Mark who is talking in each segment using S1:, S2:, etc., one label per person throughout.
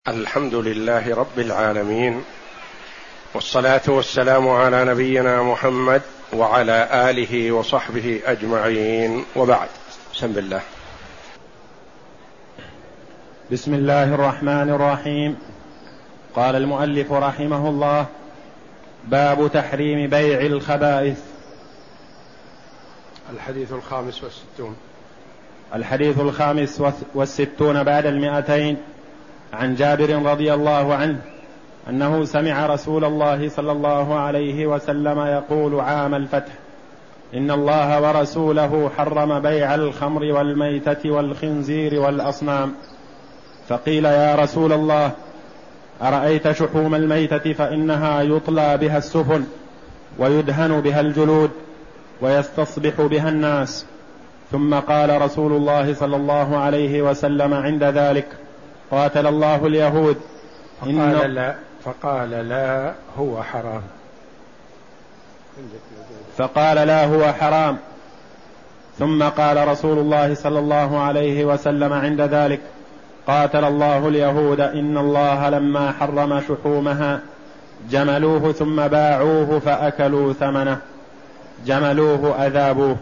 S1: الحمد لله رب العالمين، والصلاة والسلام على نبينا محمد وعلى آله وصحبه أجمعين، وبعد. بسم الله.
S2: بسم الله الرحمن الرحيم. قال المؤلف رحمه الله: باب تحريم بيع الخبائث.
S1: الحديث
S2: الخامس والستون بعد 200. عن جابر رضي الله عنه أنه سمع رسول الله صلى الله عليه وسلم يقول عام الفتح: إن الله ورسوله حرم بيع الخمر والميتة والخنزير والأصنام. فقيل: يا رسول الله، أرأيت شحوم الميتة فإنها يطلى بها السفن ويدهن بها الجلود ويستصبح بها الناس. ثم قال رسول الله صلى الله عليه وسلم عند ذلك: قاتل الله اليهود.
S1: فقال لا هو حرام.
S2: فقال لا هو حرام. ثم قال رسول الله صلى الله عليه وسلم عند ذلك: قاتل الله اليهود، إن الله لما حرم شحومها جملوه ثم باعوه فأكلوا ثمنه، جملوه أذابوه.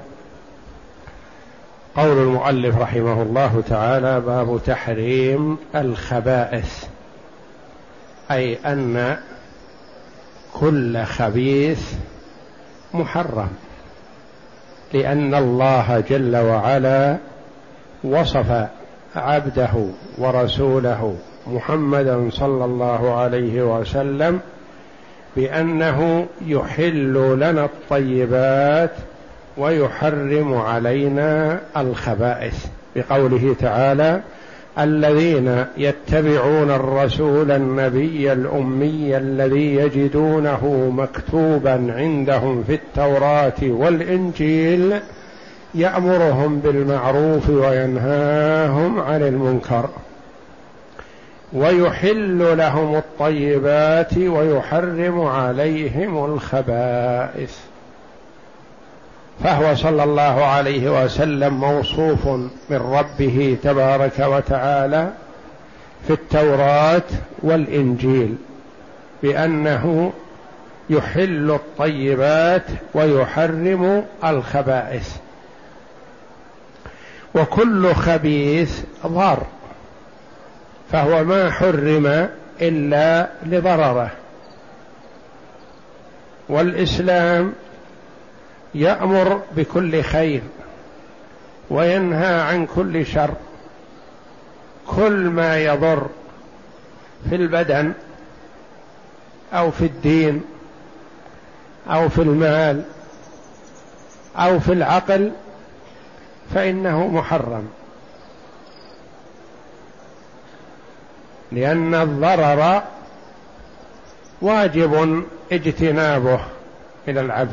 S1: قول المؤلف رحمه الله تعالى: باب تحريم الخبائث، أي أن كل خبيث محرم، لأن الله جل وعلا وصف عبده ورسوله محمدا صلى الله عليه وسلم بأنه يحل لنا الطيبات ويحرم علينا الخبائث، بقوله تعالى: الذين يتبعون الرسول النبي الأمي الذي يجدونه مكتوبا عندهم في التوراة والإنجيل يأمرهم بالمعروف وينهاهم عن المنكر ويحل لهم الطيبات ويحرم عليهم الخبائث. فهو صلى الله عليه وسلم موصوف من ربه تبارك وتعالى في التوراة والإنجيل بأنه يحل الطيبات ويحرم الخبائث، وكل خبيث ضار، فهو ما حرم إلا لضرره. والإسلام يأمر بكل خير وينهى عن كل شر. كل ما يضر في البدن أو في الدين أو في المال أو في العقل فإنه محرم، لأن الضرر واجب اجتنابه من العبد.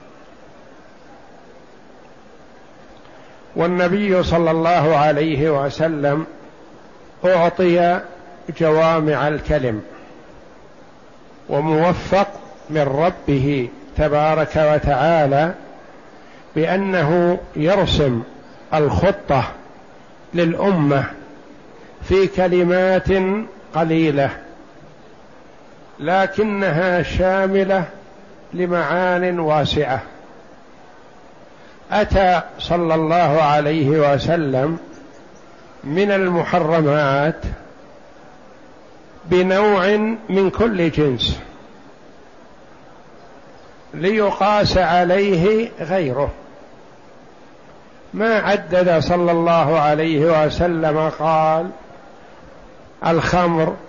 S1: والنبي صلى الله عليه وسلم أعطي جوامع الكلم، وموفق من ربه تبارك وتعالى بأنه يرسم الخطة للأمة في كلمات قليلة لكنها شاملة لمعان واسعة. أتى صلى الله عليه وسلم من المحرمات بنوع من كل جنس ليقاس عليه غيره. ما عدد صلى الله عليه وسلم قال الخمر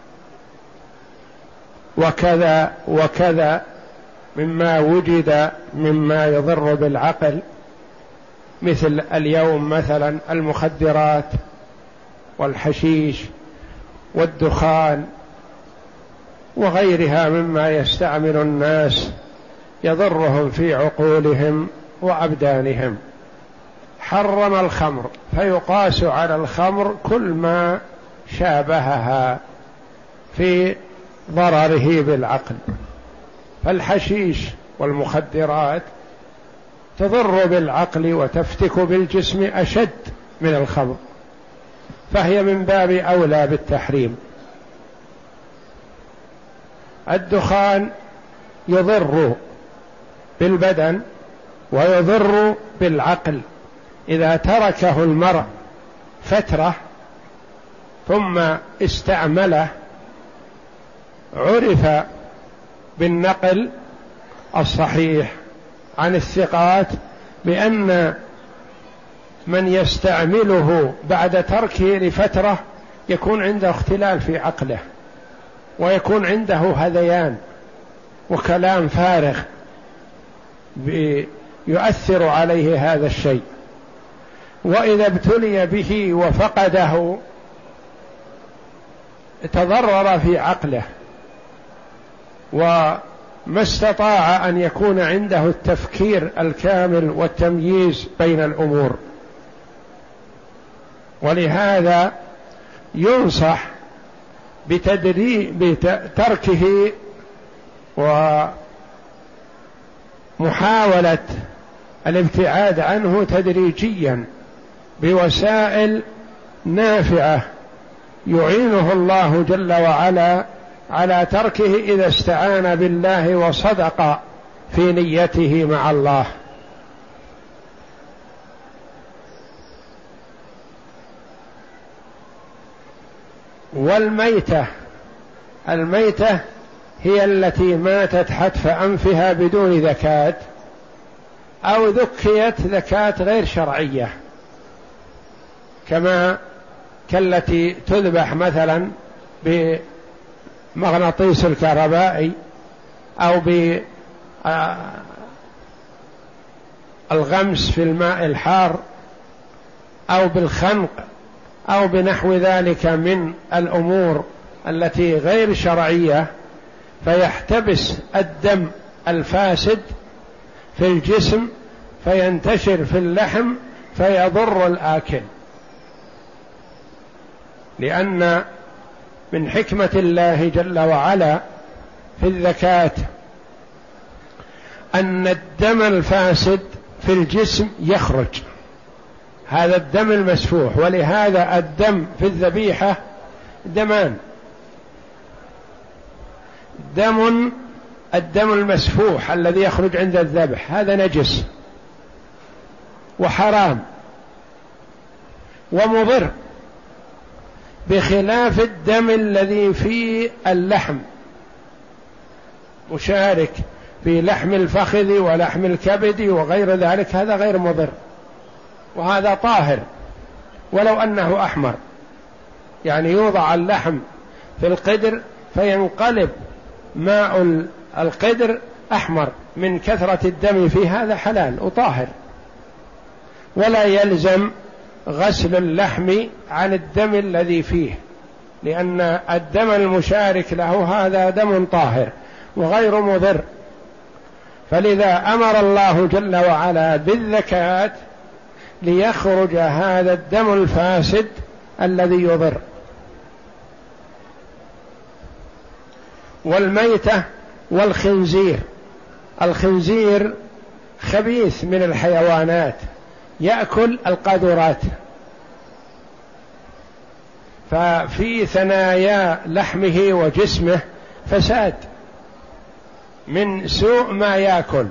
S1: وكذا وكذا مما وجد مما يضر بالعقل، مثل اليوم مثلا المخدرات والحشيش والدخان وغيرها مما يستعمل الناس يضرهم في عقولهم وأبدانهم. حرم الخمر، فيقاس على الخمر كل ما شابهها في ضرره بالعقل. فالحشيش والمخدرات تضر بالعقل وتفتك بالجسم أشد من الخمر، فهي من باب أولى بالتحريم. الدخان يضر بالبدن ويضر بالعقل. إذا تركه المرء فترة ثم استعمله عرف بالنقل الصحيح عن الثقات بأن من يستعمله بعد تركه لفترة يكون عنده اختلال في عقله، ويكون عنده هذيان وكلام فارغ يؤثر عليه هذا الشيء. وإذا ابتلي به وفقده تضرر في عقله، وما استطاع أن يكون عنده التفكير الكامل والتمييز بين الأمور. ولهذا ينصح بتركه ومحاولة الابتعاد عنه تدريجيا بوسائل نافعة يعينه الله جل وعلا على تركه إذا استعان بالله وصدق في نيته مع الله. والميتة، الميتة هي التي ماتت حتف أنفها بدون ذكاة أو ذكيت ذكاة غير شرعية، كالتي تذبح مثلا بمغناطيس الكهربائي أو بالغمس في الماء الحار أو بالخنق أو بنحو ذلك من الأمور التي غير شرعية، فيحتبس الدم الفاسد في الجسم فينتشر في اللحم فيضر الآكل. لأن من حكمة الله جل وعلا في الزكاة أن الدم الفاسد في الجسم يخرج، هذا الدم المسفوح. ولهذا الدم في الذبيحة دمان: الدم المسفوح الذي يخرج عند الذبح هذا نجس وحرام ومضر، بخلاف الدم الذي في اللحم مشارك في لحم الفخذ ولحم الكبد وغير ذلك، هذا غير مضر وهذا طاهر ولو أنه أحمر. يعني يوضع اللحم في القدر فينقلب ماء القدر أحمر من كثرة الدم فيه، هذا حلال وطاهر، ولا يلزم غسل اللحم عن الدم الذي فيه، لأن الدم المشارك له هذا دم طاهر وغير مضر. فلذا أمر الله جل وعلا بالزكاة ليخرج هذا الدم الفاسد الذي يضر. والميتة والخنزير، الخنزير خبيث من الحيوانات يأكل القاذورات، ففي ثنايا لحمه وجسمه فساد من سوء ما يأكل.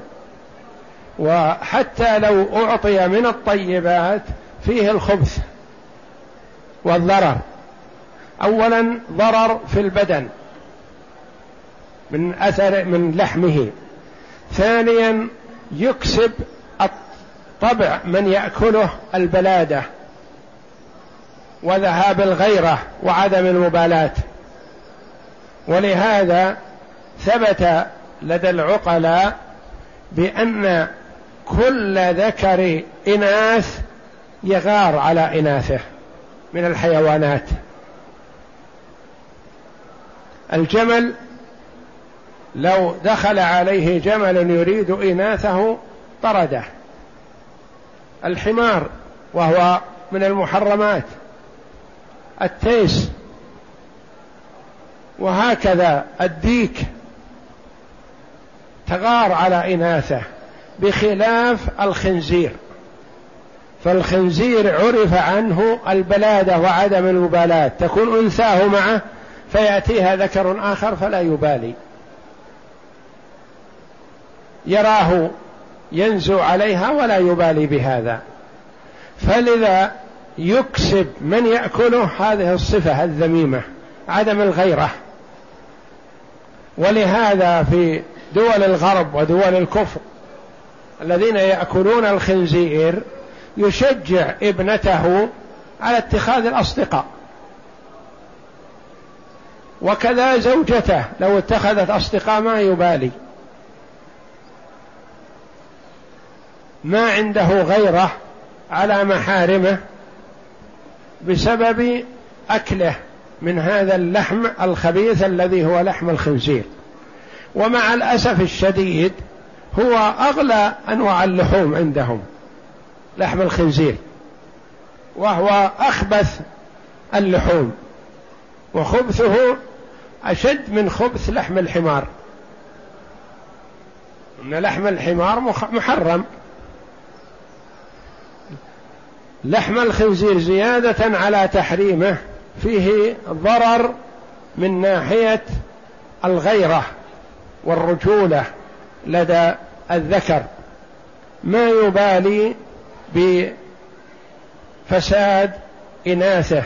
S1: وحتى لو أعطي من الطيبات فيه الخبث والضرر. أولا ضرر في البدن من أثر من لحمه، ثانيا يكسب الطبع من يأكله البلادة وذهاب الغيرة وعدم المبالاة. ولهذا ثبت لدى العقلاء بأن كل ذكر إناث يغار على إناثه من الحيوانات. الجمل لو دخل عليه جمل يريد إناثه طرده، الحمار وهو من المحرمات، التيس، وهكذا الديك تغار على إناثه، بخلاف الخنزير. فالخنزير عرف عنه البلادة وعدم المبالاة، تكون أنثاه معه فيأتيها ذكر آخر فلا يبالي، يراه ينزو عليها ولا يبالي بهذا، فلذا يكسب من يأكله هذه الصفة الذميمة، عدم الغيرة. ولهذا في دول الغرب ودول الكفر الذين يأكلون الخنزير يشجع ابنته على اتخاذ الأصدقاء، وكذا زوجته لو اتخذت أصدقاء ما يبالي، ما عنده غيرة على محارمه بسبب أكله من هذا اللحم الخبيث الذي هو لحم الخنزير. ومع الأسف الشديد هو أغلى أنواع اللحوم عندهم لحم الخنزير، وهو أخبث اللحوم، وخبثه أشد من خبث لحم الحمار، إن لحم الحمار محرم. لحم الخنزير زيادة على تحريمه فيه ضرر من ناحية الغيرة والرجولة لدى الذكر، ما يبالي بفساد إناثه،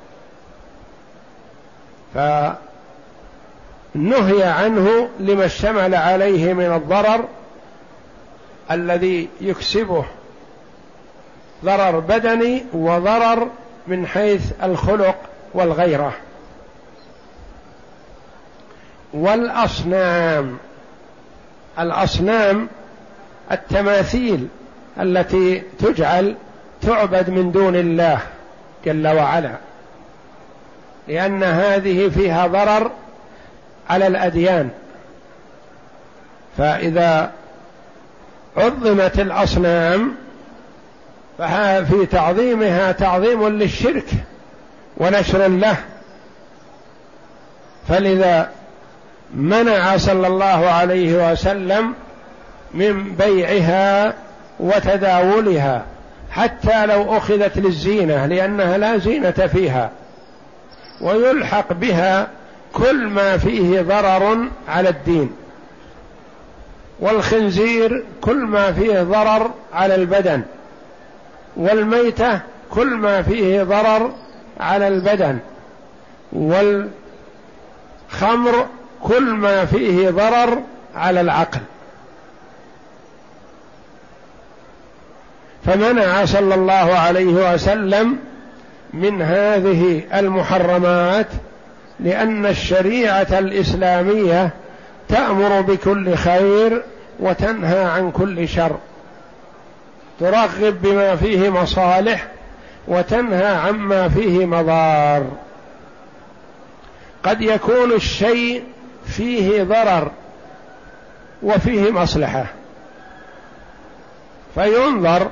S1: فنهي عنه لما اشتمل عليه من الضرر الذي يكسبه، ضرر بدني وضرر من حيث الخلق والغيرة. والأصنام، الأصنام التماثيل التي تجعل تعبد من دون الله جل وعلا، لأن هذه فيها ضرر على الأديان، فإذا عظمت الأصنام ففي تعظيمها تعظيم للشرك ونشر له، فلذا منع صلى الله عليه وسلم من بيعها وتداولها حتى لو أخذت للزينة، لأنها لا زينة فيها، ويلحق بها كل ما فيه ضرر على الدين. والخنزير كل ما فيه ضرر على البدن، والميتة كل ما فيه ضرر على البدن، والخمر كل ما فيه ضرر على العقل. فمنع صلى الله عليه وسلم من هذه المحرمات، لأن الشريعة الإسلامية تأمر بكل خير وتنهى عن كل شر، ترغب بما فيه مصالح وتنهى عما فيه مضار. قد يكون الشيء فيه ضرر وفيه مصلحة فينظر،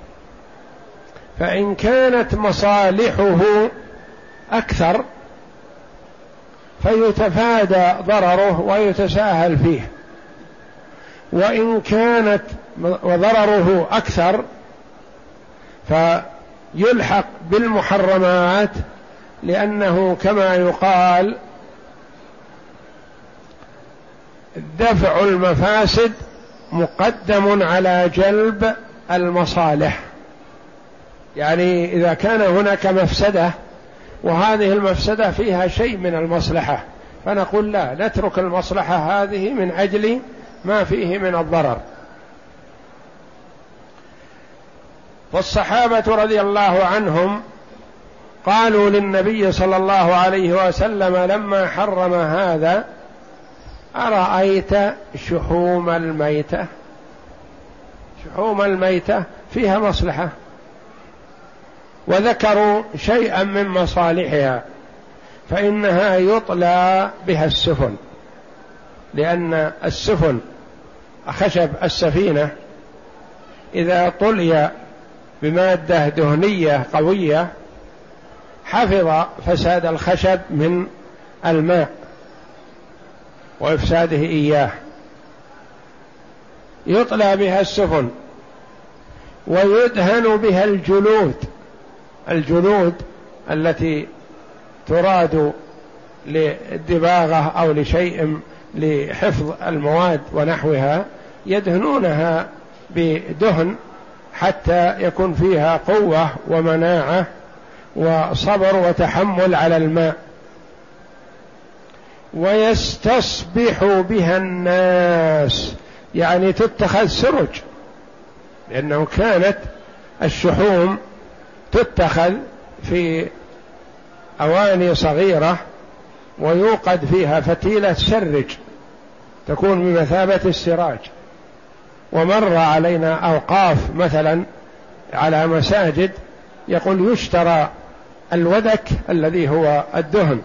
S1: فإن كانت مصالحه أكثر فيتفادى ضرره ويتساهل فيه، وإن كانت وضرره أكثر فيلحق بالمحرمات، لأنه كما يقال دفع المفاسد مقدم على جلب المصالح. يعني إذا كان هناك مفسدة وهذه المفسدة فيها شيء من المصلحة فنقول لا، نترك المصلحة هذه من أجل ما فيه من الضرر. والصحابة رضي الله عنهم قالوا للنبي صلى الله عليه وسلم لما حرم هذا: أرأيت شحوم الميتة؟ شحوم الميتة فيها مصلحة، وذكروا شيئا من مصالحها، فإنها يطلى بها السفن، لأن السفن خشب السفينة إذا طلي بمادة دهنية قوية حفظ فساد الخشب من الماء وإفساده إياه. يطلى بها السفن ويدهن بها الجلود التي تراد للدباغة أو لشيء لحفظ المواد ونحوها، يدهنونها بدهن حتى يكون فيها قوة ومناعة وصبر وتحمل على الماء. ويستصبح بها الناس، يعني تتخذ سرج، لأنه كانت الشحوم تتخذ في أواني صغيرة ويوقد فيها فتيلة سرج تكون بمثابة السراج. ومر علينا أوقاف مثلا على مساجد يقول يشترى الودك الذي هو الدهن،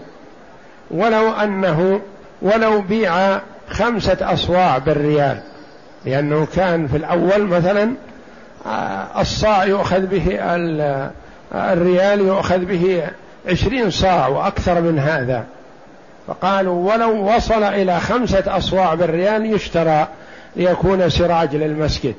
S1: ولو بيع 5 أصواع بالريال، لأنه كان في الأول مثلا الصاع يؤخذ به الريال يؤخذ به 20 صاع وأكثر من هذا، فقالوا ولو وصل إلى 5 أصواع بالريال يشترى ليكون سراج للمسجد.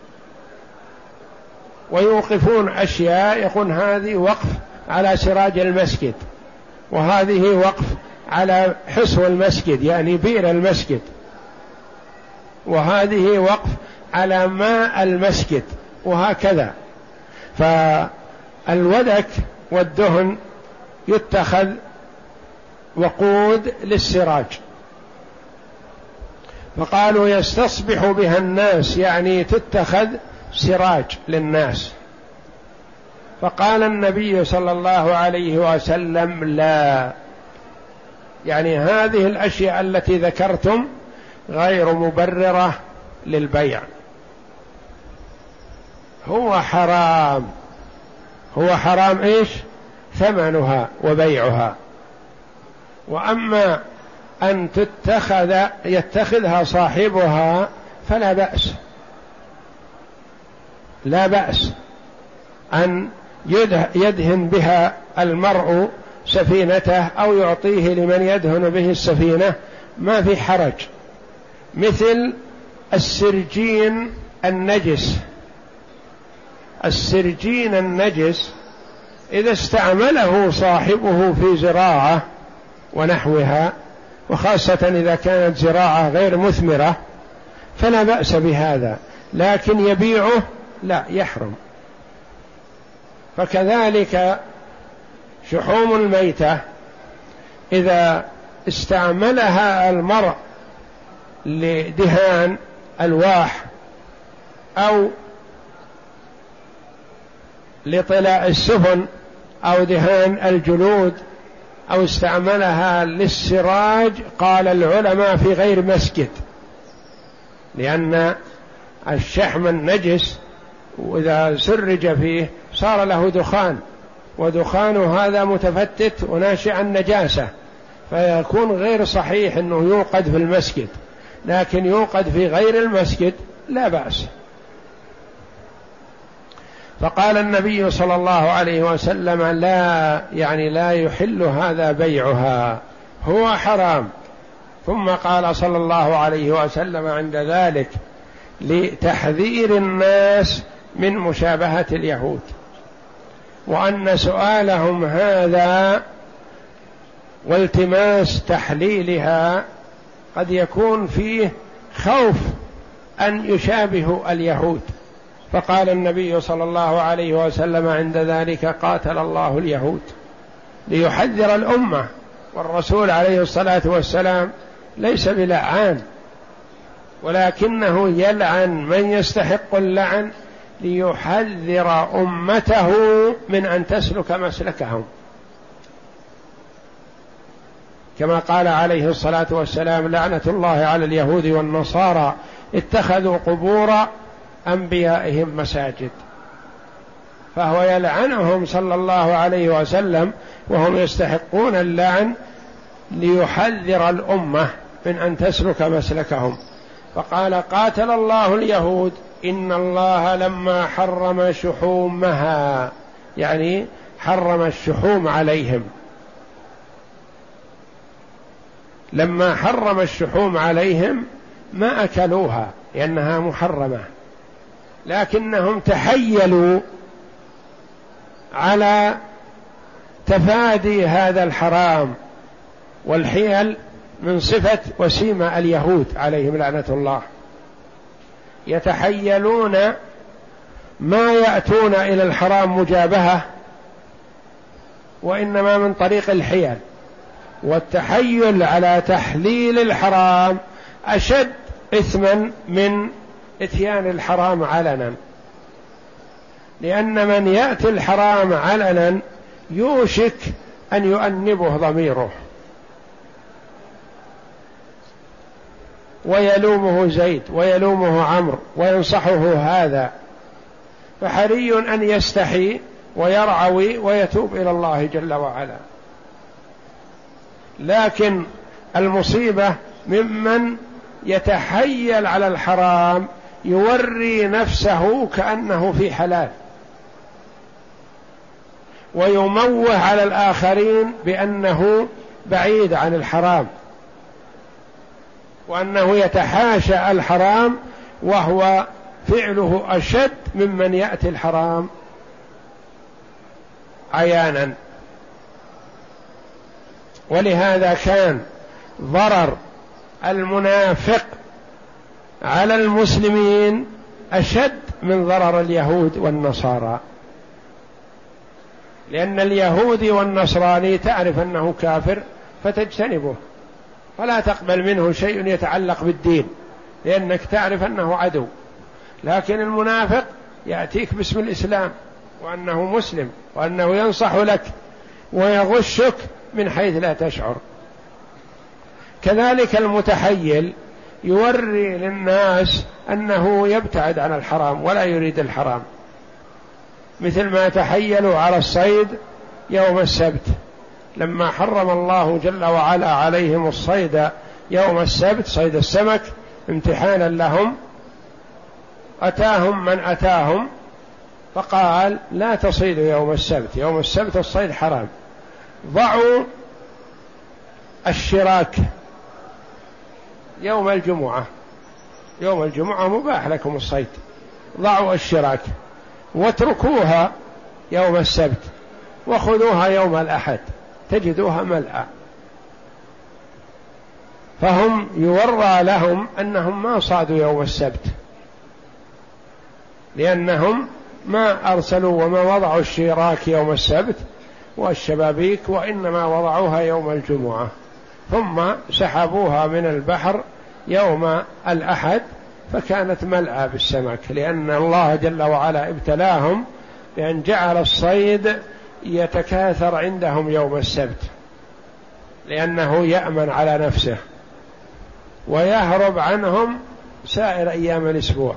S1: ويوقفون أشياء يقول هذه وقف على سراج المسجد، وهذه وقف على حصو المسجد يعني بئر المسجد، وهذه وقف على ماء المسجد، وهكذا. فالودك والدهن يتخذ وقود للسراج. فقالوا يستصبح بها الناس، يعني تتخذ سراج للناس. فقال النبي صلى الله عليه وسلم لا، يعني هذه الأشياء التي ذكرتم غير مبررة للبيع، هو حرام إيش؟ ثمنها وبيعها. وأما أن يتخذها صاحبها فلا بأس، لا بأس أن يدهن بها المرء سفينته أو يعطيه لمن يدهن به السفينة، ما في حرج. مثل السرجين النجس، السرجين النجس إذا استعمله صاحبه في زراعة ونحوها، وخاصة إذا كانت زراعة غير مثمرة، فلا بأس بهذا، لكن يبيعه لا، يحرم. فكذلك شحوم الميتة إذا استعملها المرء لدهان ألواح أو لطلاء السفن أو دهان الجلود أو استعملها للسراج، قال العلماء في غير مسجد، لأن الشحم النجس وإذا سرج فيه صار له دخان، ودخان هذا متفتت وناشئ عن نجاسة، فيكون غير صحيح أنه يوقد في المسجد، لكن يوقد في غير المسجد لا بأس. فقال النبي صلى الله عليه وسلم لا، يعني لا يحل هذا بيعها، هو حرام. ثم قال صلى الله عليه وسلم عند ذلك لتحذير الناس من مشابهة اليهود، وأن سؤالهم هذا والتماس تحليلها قد يكون فيه خوف أن يشابهوا اليهود. فقال النبي صلى الله عليه وسلم عند ذلك قاتل الله اليهود، ليحذر الأمة. والرسول عليه الصلاة والسلام ليس بلعان، ولكنه يلعن من يستحق اللعن ليحذر أمته من أن تسلك مسلكهم، كما قال عليه الصلاة والسلام لعنة الله على اليهود والنصارى اتخذوا قبور أنبيائهم مساجد. فهو يلعنهم صلى الله عليه وسلم وهم يستحقون اللعن ليحذر الأمة من أن تسلك مسلكهم. فقال قاتل الله اليهود، إن الله لما حرم شحومها، يعني حرم الشحوم عليهم، لما حرم الشحوم عليهم ما أكلوها لأنها محرمة، لكنهم تحيلوا على تفادي هذا الحرام، والحيل من صفة وسيمة اليهود عليهم لعنة الله. يتحيلون ما يأتون إلى الحرام مجابهة، وإنما من طريق الحيل، والتحيل على تحليل الحرام أشد إثما من إتيان الحرام علنا، لأن من يأتي الحرام علنا يوشك أن يؤنبه ضميره ويلومه زيد ويلومه عمرو وينصحه هذا، فحري أن يستحي ويرعوي ويتوب إلى الله جل وعلا. لكن المصيبة ممن يتحيل على الحرام يوري نفسه كأنه في حلال، ويموه على الآخرين بأنه بعيد عن الحرام، وأنه يتحاشى الحرام، وهو فعله أشد ممن يأتي الحرام عيانا. ولهذا كان ضرر المنافق على المسلمين أشد من ضرر اليهود والنصارى، لأن اليهودي والنصراني تعرف أنه كافر فتجتنبه ولا تقبل منه شيء يتعلق بالدين، لأنك تعرف أنه عدو. لكن المنافق يأتيك باسم الإسلام وأنه مسلم وأنه ينصح لك ويغشك من حيث لا تشعر. كذلك المتحيل يوري للناس أنه يبتعد عن الحرام ولا يريد الحرام، مثل ما تحيلوا على الصيد يوم السبت لما حرم الله جل وعلا عليهم الصيد يوم السبت، صيد السمك امتحانا لهم، أتاهم من أتاهم فقال لا تصيدوا يوم السبت، يوم السبت الصيد حرام. ضعوا الشراك يوم الجمعة، يوم الجمعة مباح لكم الصيد، ضعوا الشراك واتركوها يوم السبت وخذوها يوم الأحد تجدوها ملأى. فهم يورى لهم أنهم ما صادوا يوم السبت، لأنهم ما أرسلوا وما وضعوا الشراك يوم السبت والشبابيك، وإنما وضعوها يوم الجمعة، ثم سحبوها من البحر يوم الأحد فكانت ملأى بالسمك، لأن الله جل وعلا ابتلاهم بأن جعل الصيد يتكاثر عندهم يوم السبت، لأنه يأمن على نفسه ويهرب عنهم سائر أيام الأسبوع،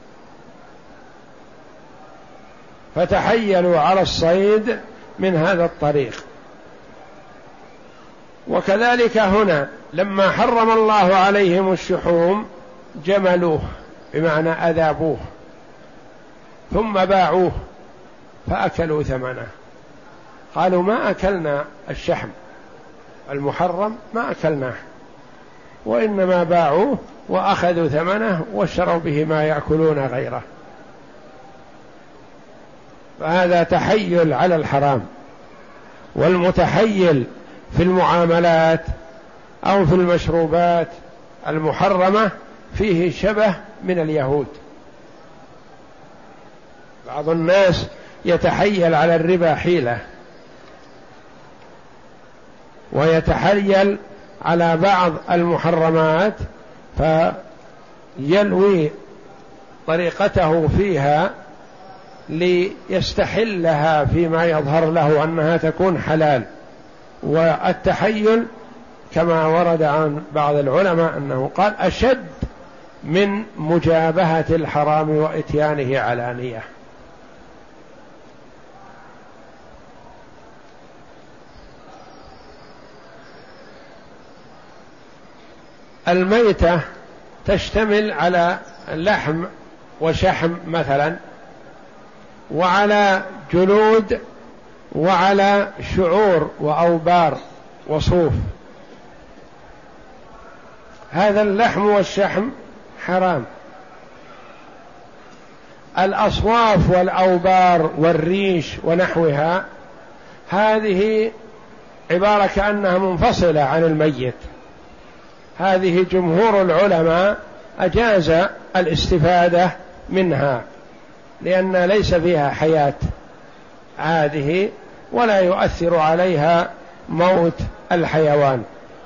S1: فتحيلوا على الصيد من هذا الطريق. وكذلك هنا لما حرم الله عليهم الشحوم جملوه، بمعنى أذابوه، ثم باعوه فأكلوا ثمنه. قالوا ما أكلنا الشحم المحرم، ما أكلناه، وإنما باعوه وأخذوا ثمنه واشتروا به ما يأكلون غيره. فهذا تحيل على الحرام. والمتحيل في المعاملات أو في المشروبات المحرمة فيه شبه من اليهود. بعض الناس يتحيل على الربا حيلة، ويتحيل على بعض المحرمات فيلوي طريقته فيها ليستحلها فيما يظهر له أنها تكون حلال. والتحيل كما ورد عن بعض العلماء أنه قال أشد من مجابهة الحرام وإتيانه علانية. الميتة تشتمل على لحم وشحم مثلا، وعلى جلود، وعلى شعور وأوبار وصوف. هذا اللحم والشحم حرام. الأصواف والأوبار والريش ونحوها هذه عبارة كأنها منفصلة عن الميت. هذه جمهور العلماء أجاز الاستفادة منها لأن ليس فيها حياة عاده ولا يؤثر عليها موت الحيوان.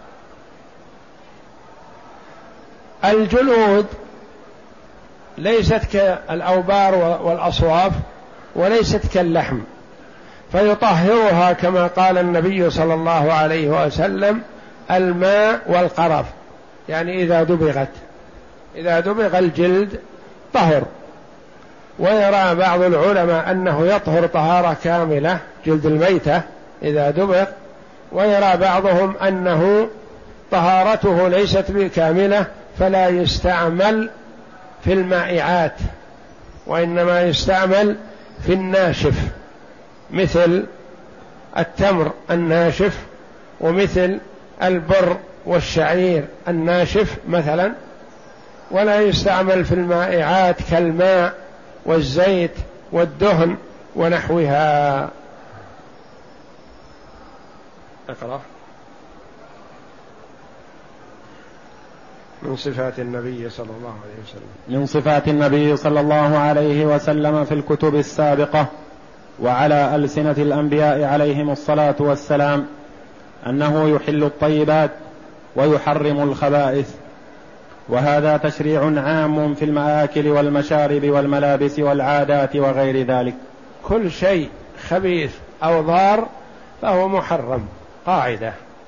S1: الجلود ليست كالأوبار والأصواف وليست كاللحم، فيطهرها كما قال النبي صلى الله عليه وسلم الماء والقرف، يعني إذا دبغ الجلد طهر. ويرى بعض العلماء أنه يطهر طهارة كاملة جلد الميتة إذا دبغ، ويرى بعضهم أنه طهارته ليست بكاملة فلا يستعمل في المائعات وإنما يستعمل في الناشف مثل التمر الناشف ومثل البر والشعير الناشف مثلا، ولا يستعمل في المائعات كالماء والزيت والدهن ونحوها. اقرأ. من صفات النبي صلى الله عليه وسلم.
S2: من صفات النبي صلى الله عليه وسلم في الكتب السابقة وعلى ألسنة الأنبياء عليهم الصلاة والسلام أنه يحل الطيبات ويحرم الخبائث، وهذا تشريع عام في المآكل والمشارب والملابس والعادات وغير ذلك.
S1: كل شيء خبيث أو ضار فهو محرم، قاعدة،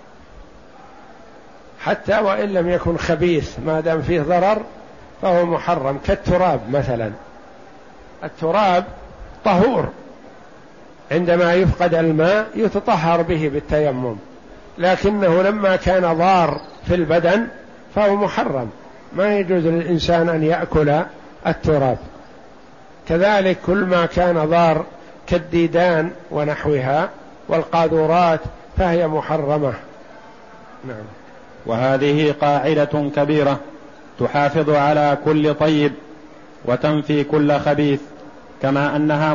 S1: حتى وإن لم يكن خبيث ما دام فيه ضرر فهو محرم. كالتراب مثلا، التراب طهور، عندما يفقد الماء يتطهر به بالتيمم، لكنه لما كان ضار في البدن فهو محرم، ما يجوز للإنسان أن يأكل التراب. كذلك كل ما كان ضار كالديدان ونحوها والقاذورات فهي محرمة. نعم.
S2: وهذه قاعدة كبيرة تحافظ على كل طيب وتنفي كل خبيث، كما أنها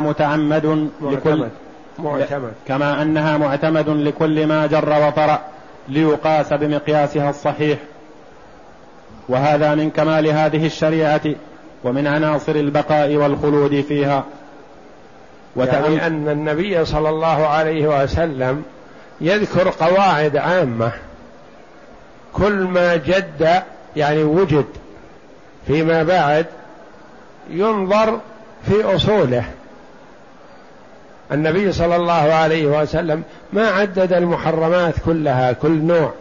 S2: معتمد لكل ما جر وطرأ ليقاس بمقياسها الصحيح. وهذا من كمال هذه الشريعة ومن عناصر البقاء والخلود فيها.
S1: يعني أن النبي صلى الله عليه وسلم يذكر قواعد عامة، كل ما جد يعني وجد فيما بعد ينظر في أصوله. النبي صلى الله عليه وسلم ما عدد المحرمات كلها كل نوع،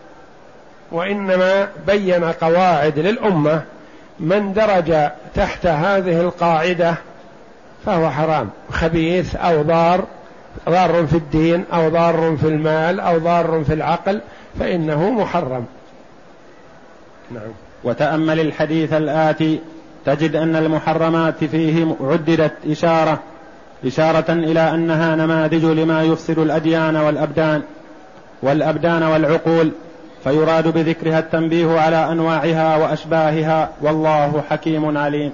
S1: وإنما بين قواعد للأمة، من درج تحت هذه القاعدة فهو حرام، خبيث أو ضار في الدين أو ضار في المال أو ضار في العقل فإنه محرم. نعم.
S2: وتأمل الحديث الآتي تجد أن المحرمات فيه عددت إشارة إلى أنها نماذج لما يفسد الأديان والأبدان والعقول، فيراد بذكرها التنبيه على أنواعها وأشباهها، والله حكيم عليم.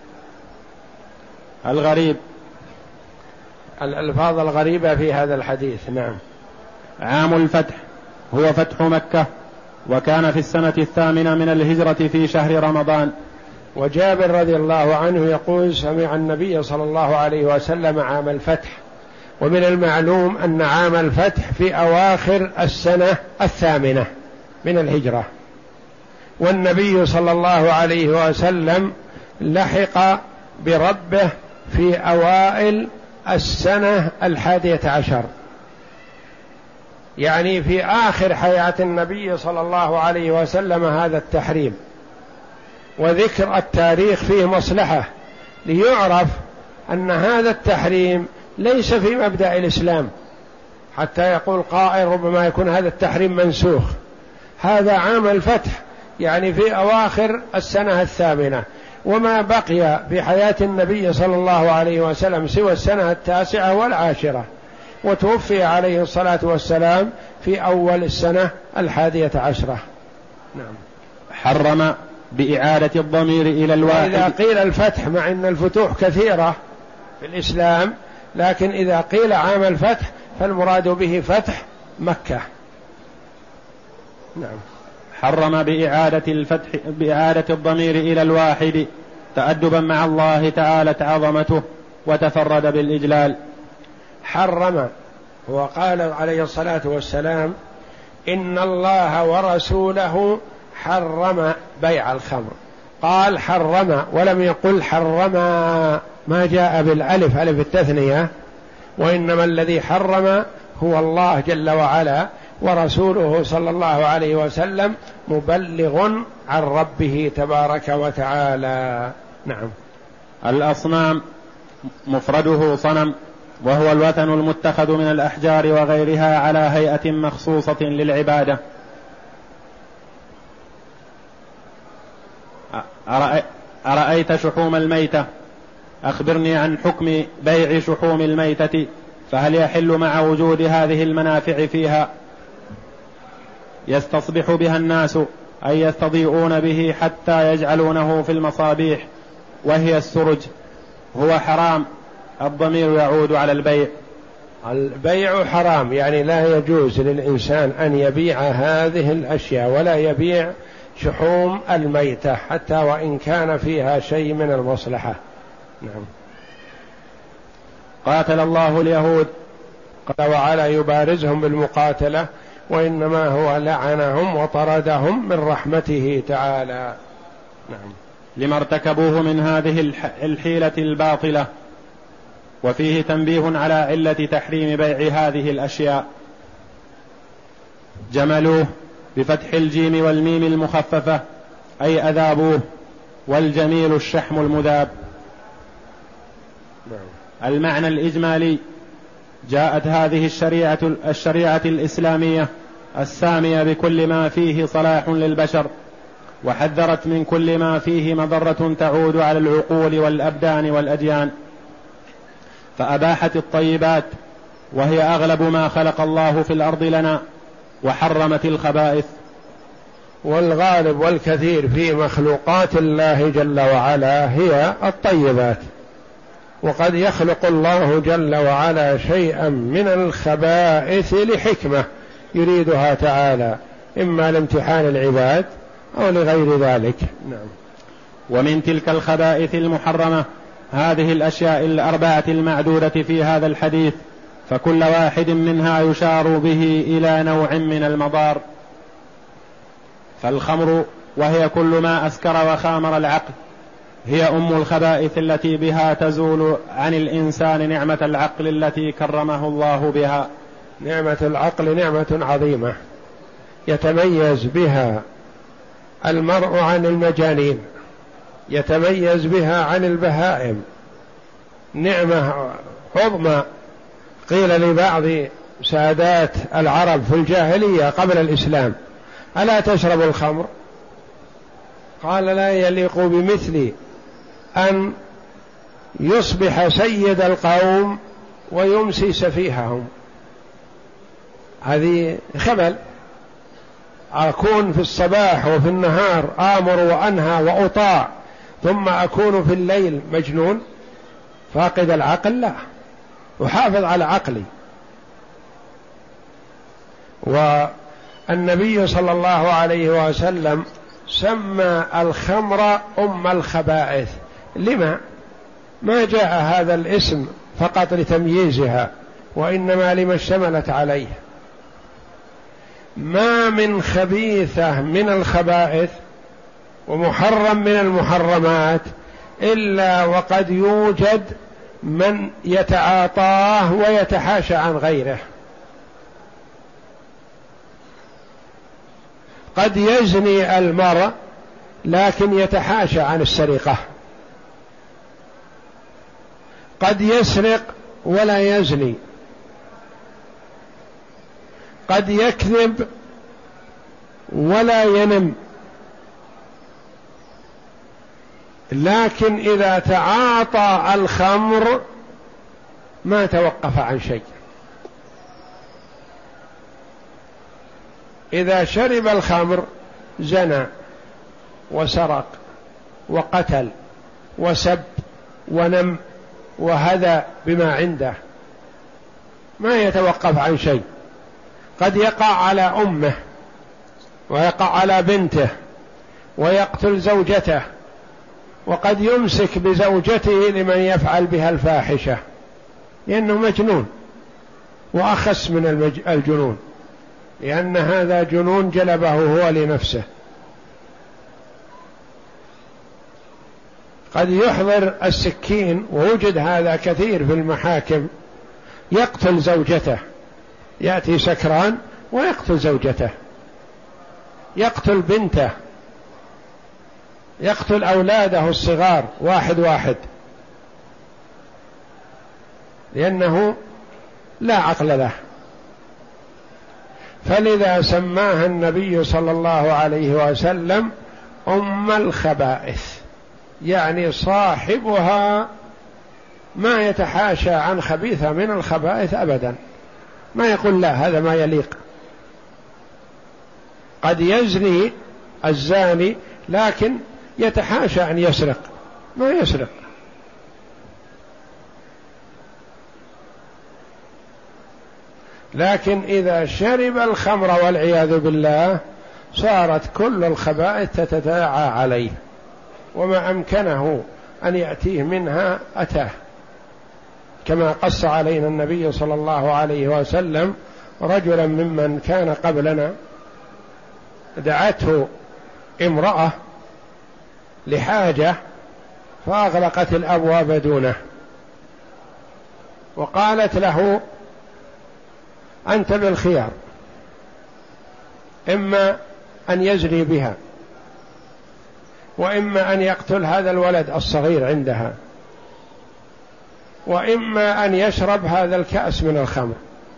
S2: الغريب،
S1: الألفاظ الغريبة في هذا الحديث. نعم.
S2: عام الفتح هو فتح مكة، وكان في السنة 8 من الهجرة في شهر رمضان.
S1: وجابر رضي الله عنه يقول سمع النبي صلى الله عليه وسلم عام الفتح، ومن المعلوم أن عام الفتح في أواخر السنة 8 من الهجرة، والنبي صلى الله عليه وسلم لحق بربه في أوائل السنة 11، يعني في آخر حياة النبي صلى الله عليه وسلم هذا التحريم. وذكر التاريخ فيه مصلحة ليعرف أن هذا التحريم ليس في مبدأ الإسلام، حتى يقول قائل ربما يكون هذا التحريم منسوخ. هذا عام الفتح يعني في أواخر السنة 8، وما بقي في حياة النبي صلى الله عليه وسلم سوى السنة 9 و10، وتوفي عليه الصلاة والسلام في أول السنة 11. نعم.
S2: حرم بإعادة الضمير إلى الواحد.
S1: إذا قيل الفتح، مع أن الفتوح كثيرة في الإسلام، لكن إذا قيل عام الفتح فالمراد به فتح مكة. نعم.
S2: حرم بإعادة الضمير إلى الواحد تأدبا مع الله تعالى عظمته وتفرد بالإجلال.
S1: حرم، وقال عليه الصلاة والسلام: إن الله ورسوله حرم بيع الخمر. قال حرم ولم يقل حرم، ما جاء بالألف ألف التثنية، وإنما الذي حرم هو الله جل وعلا، ورسوله صلى الله عليه وسلم مبلغ عن ربه تبارك وتعالى. نعم.
S2: الأصنام مفرده صنم، وهو الوثن المتخذ من الأحجار وغيرها على هيئة مخصوصة للعبادة. أرأيت شحوم الميتة؟ أخبرني عن حكم بيع شحوم الميتة، فهل يحل مع وجود هذه المنافع فيها؟ يستصبح بها الناس، أي يستضيئون به حتى يجعلونه في المصابيح، وهي السرج. هو حرام، الضمير يعود على البيع.
S1: البيع حرام، يعني لا يجوز للإنسان أن يبيع هذه الأشياء، ولا يبيع شحوم الميتة حتى وإن كان فيها شيء من المصلحة. نعم.
S2: قاتل الله اليهود،
S1: قال وعلى يبارزهم بالمقاتلة، وإنما هو لعنهم وطردهم من رحمته تعالى. نعم.
S2: لما ارتكبوه من هذه الحيلة الباطلة. وفيه تنبيه على علة تحريم بيع هذه الأشياء. جملوه بفتح الجيم والميم المخففة، أي أذابوه، والجميل الشحم المذاب. المعنى الإجمالي: جاءت هذه الشريعة الإسلامية السامية بكل ما فيه صلاح للبشر، وحذرت من كل ما فيه مضرة تعود على العقول والأبدان والأديان، فأباحت الطيبات وهي أغلب ما خلق الله في الأرض لنا، وحرمت الخبائث.
S1: والغالب والكثير في مخلوقات الله جل وعلا هي الطيبات، وقد يخلق الله جل وعلا شيئا من الخبائث لحكمة يريدها تعالى، إما لامتحان العباد أو لغير ذلك. نعم.
S2: ومن تلك الخبائث المحرمة هذه الأشياء الأربعة المعدودة في هذا الحديث، فكل واحد منها يشار به إلى نوع من المضار. فالخمر، وهي كل ما أسكر وخامر العقل، هي أم الخبائث التي بها تزول عن الإنسان نعمة العقل التي كرمه الله بها.
S1: نعمة العقل نعمة عظيمة يتميز بها المرء عن المجانين، يتميز بها عن البهائم، نعمة عظمى. قيل لبعض سادات العرب في الجاهلية قبل الإسلام: ألا تشرب الخمر؟ قال: لا يليق بمثلي أن يصبح سيد القوم ويمسي سفيههم. هذه خبل. أكون في الصباح وفي النهار آمر وأنهى وأطاع، ثم أكون في الليل مجنون فاقد العقل؟ لا، أحافظ على عقلي. والنبي صلى الله عليه وسلم سمى الخمر أم الخبائث. لما؟ ما جاء هذا الاسم فقط لتمييزها، وإنما لما اشتملت عليه. ما من خبيثة من الخبائث ومحرم من المحرمات إلا وقد يوجد من يتعاطاه ويتحاشى عن غيره. قد يزني المرء لكن يتحاشى عن السرقة، قد يسرق ولا يزني، قد يكذب ولا ينم، لكن إذا تعاطى الخمر ما توقف عن شيء. إذا شرب الخمر زنى وسرق وقتل وسب ونم وهذا بما عنده، ما يتوقف عن شيء. قد يقع على أمه ويقع على بنته ويقتل زوجته، وقد يمسك بزوجته لمن يفعل بها الفاحشة لأنه مجنون، وأخس من الجنون، لأن هذا جنون جلبه هو لنفسه. قد يحضر السكين، ووجد هذا كثير في المحاكم، يقتل زوجته، يأتي سكران ويقتل زوجته، يقتل بنته، يقتل أولاده الصغار واحد واحد، لأنه لا عقل له. فلذا سماها النبي صلى الله عليه وسلم أم الخبائث، يعني صاحبها ما يتحاشى عن خبيثة من الخبائث أبدا، ما يقول لا هذا ما يليق. قد يزني الزاني لكن يتحاشى أن يسرق، ما يسرق. لكن إذا شرب الخمر والعياذ بالله صارت كل الخبائث تتداعى عليه، وما أمكنه أن يأتيه منها أتاه، كما قص علينا النبي صلى الله عليه وسلم رجلا ممن كان قبلنا دعته امرأة لحاجة فأغلقت الأبواب دونه، وقالت له أنت بالخيار، إما أن يزني بها، وإما أن يقتل هذا الولد الصغير عندها، وإما أن يشرب هذا الكأس من الخمر.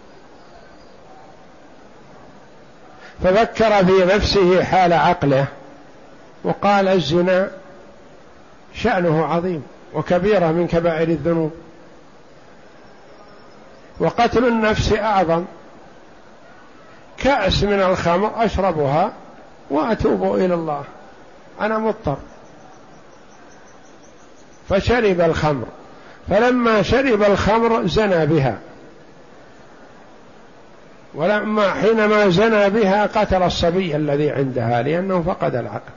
S1: ففكر في نفسه حال عقله وقال الزنا شأنه عظيم وكبيرة من كبائر الذنوب، وقتل النفس أعظم، كأس من الخمر أشربها وأتوب إلى الله، أنا مضطر. فشرب الخمر، فلما شرب الخمر زنى بها، ولما حينما زنى بها قتل الصبي الذي عندها لأنه فقد العقل.